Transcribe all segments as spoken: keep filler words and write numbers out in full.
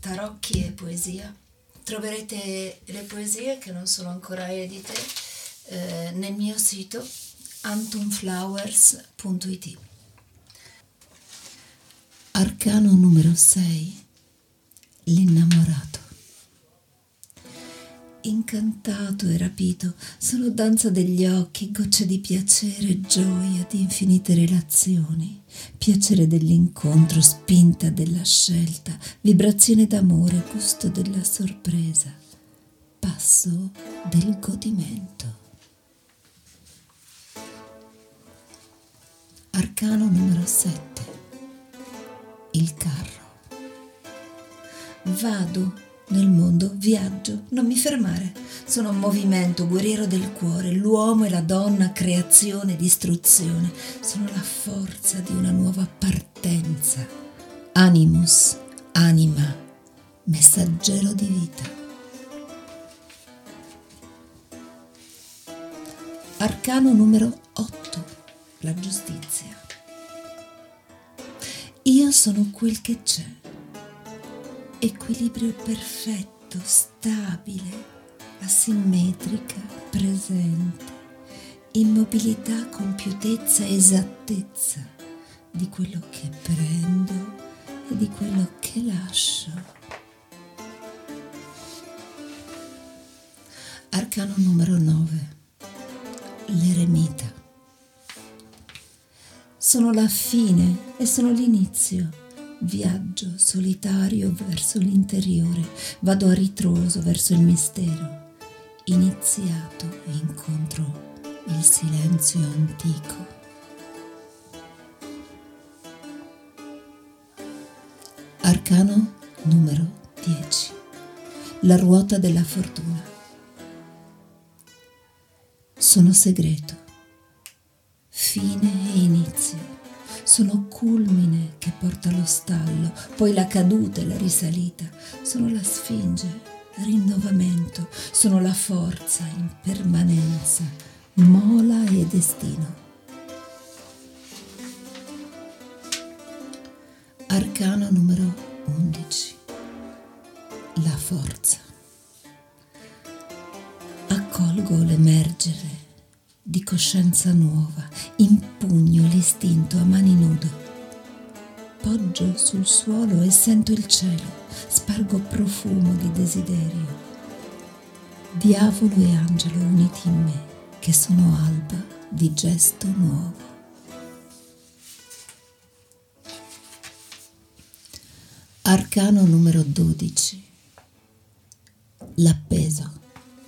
tarocchi e poesia. Troverete le poesie che non sono ancora edite eh, nel mio sito antonflowers punto it. Arcano numero sei. L'innamorato. Incantato e rapito, sono danza degli occhi, gocce di piacere, gioia di infinite relazioni, piacere dell'incontro, spinta della scelta, vibrazione d'amore, gusto della sorpresa, passo del godimento. Arcano numero sette. Il carro. Vado nel mondo, viaggio, non mi fermare. Sono un movimento, guerriero del cuore, l'uomo e la donna, creazione, distruzione. Sono la forza di una nuova partenza. Animus, anima, messaggero di vita. Arcano numero otto. La giustizia. Io sono quel che c'è. Equilibrio perfetto, stabile, asimmetrica, presente, immobilità, compiutezza, esattezza di quello che prendo e di quello che lascio. Arcano numero nove. L'eremita. Sono la fine e sono l'inizio. Viaggio solitario verso l'interiore, vado a ritroso verso il mistero, iniziato e incontro il silenzio antico. Arcano numero dieci. La ruota della fortuna. Sono segreto, fine e inizio. Sono culmine che porta allo stallo, poi la caduta e la risalita. Sono la sfinge, rinnovamento. Sono la forza, impermanenza, mola e destino. Arcano numero undici. La forza. Accolgo l'emergere di coscienza nuova, impugno l'istinto a mani nude, poggio sul suolo e sento il cielo, spargo profumo di desiderio, diavolo e angelo uniti in me, che sono alba di gesto nuovo. Arcano numero dodici. L'appeso.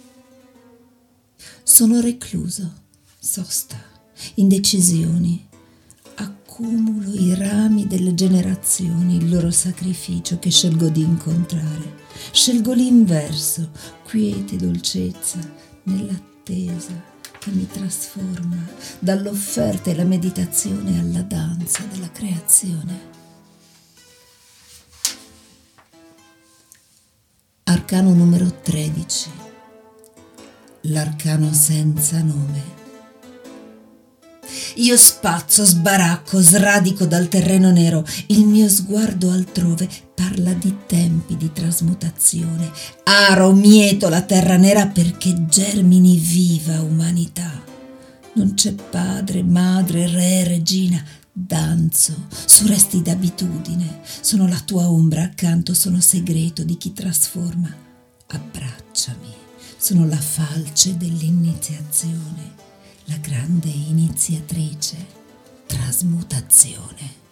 Sono recluso, sosta, indecisioni, accumulo i rami delle generazioni, il loro sacrificio che scelgo di incontrare, scelgo l'inverso, quiete e dolcezza nell'attesa che mi trasforma dall'offerta e la meditazione alla danza della creazione. Arcano numero tredici. L'arcano senza nome. Io spazzo, sbaracco, sradico dal terreno nero, il mio sguardo altrove parla di tempi di trasmutazione, aro, mieto la terra nera perché germini viva umanità. Non c'è padre, madre, re, regina, danzo su resti d'abitudine, sono la tua ombra accanto, sono segreto di chi trasforma, abbracciami. Sono la falce dell'iniziazione, la grande iniziatrice, trasmutazione.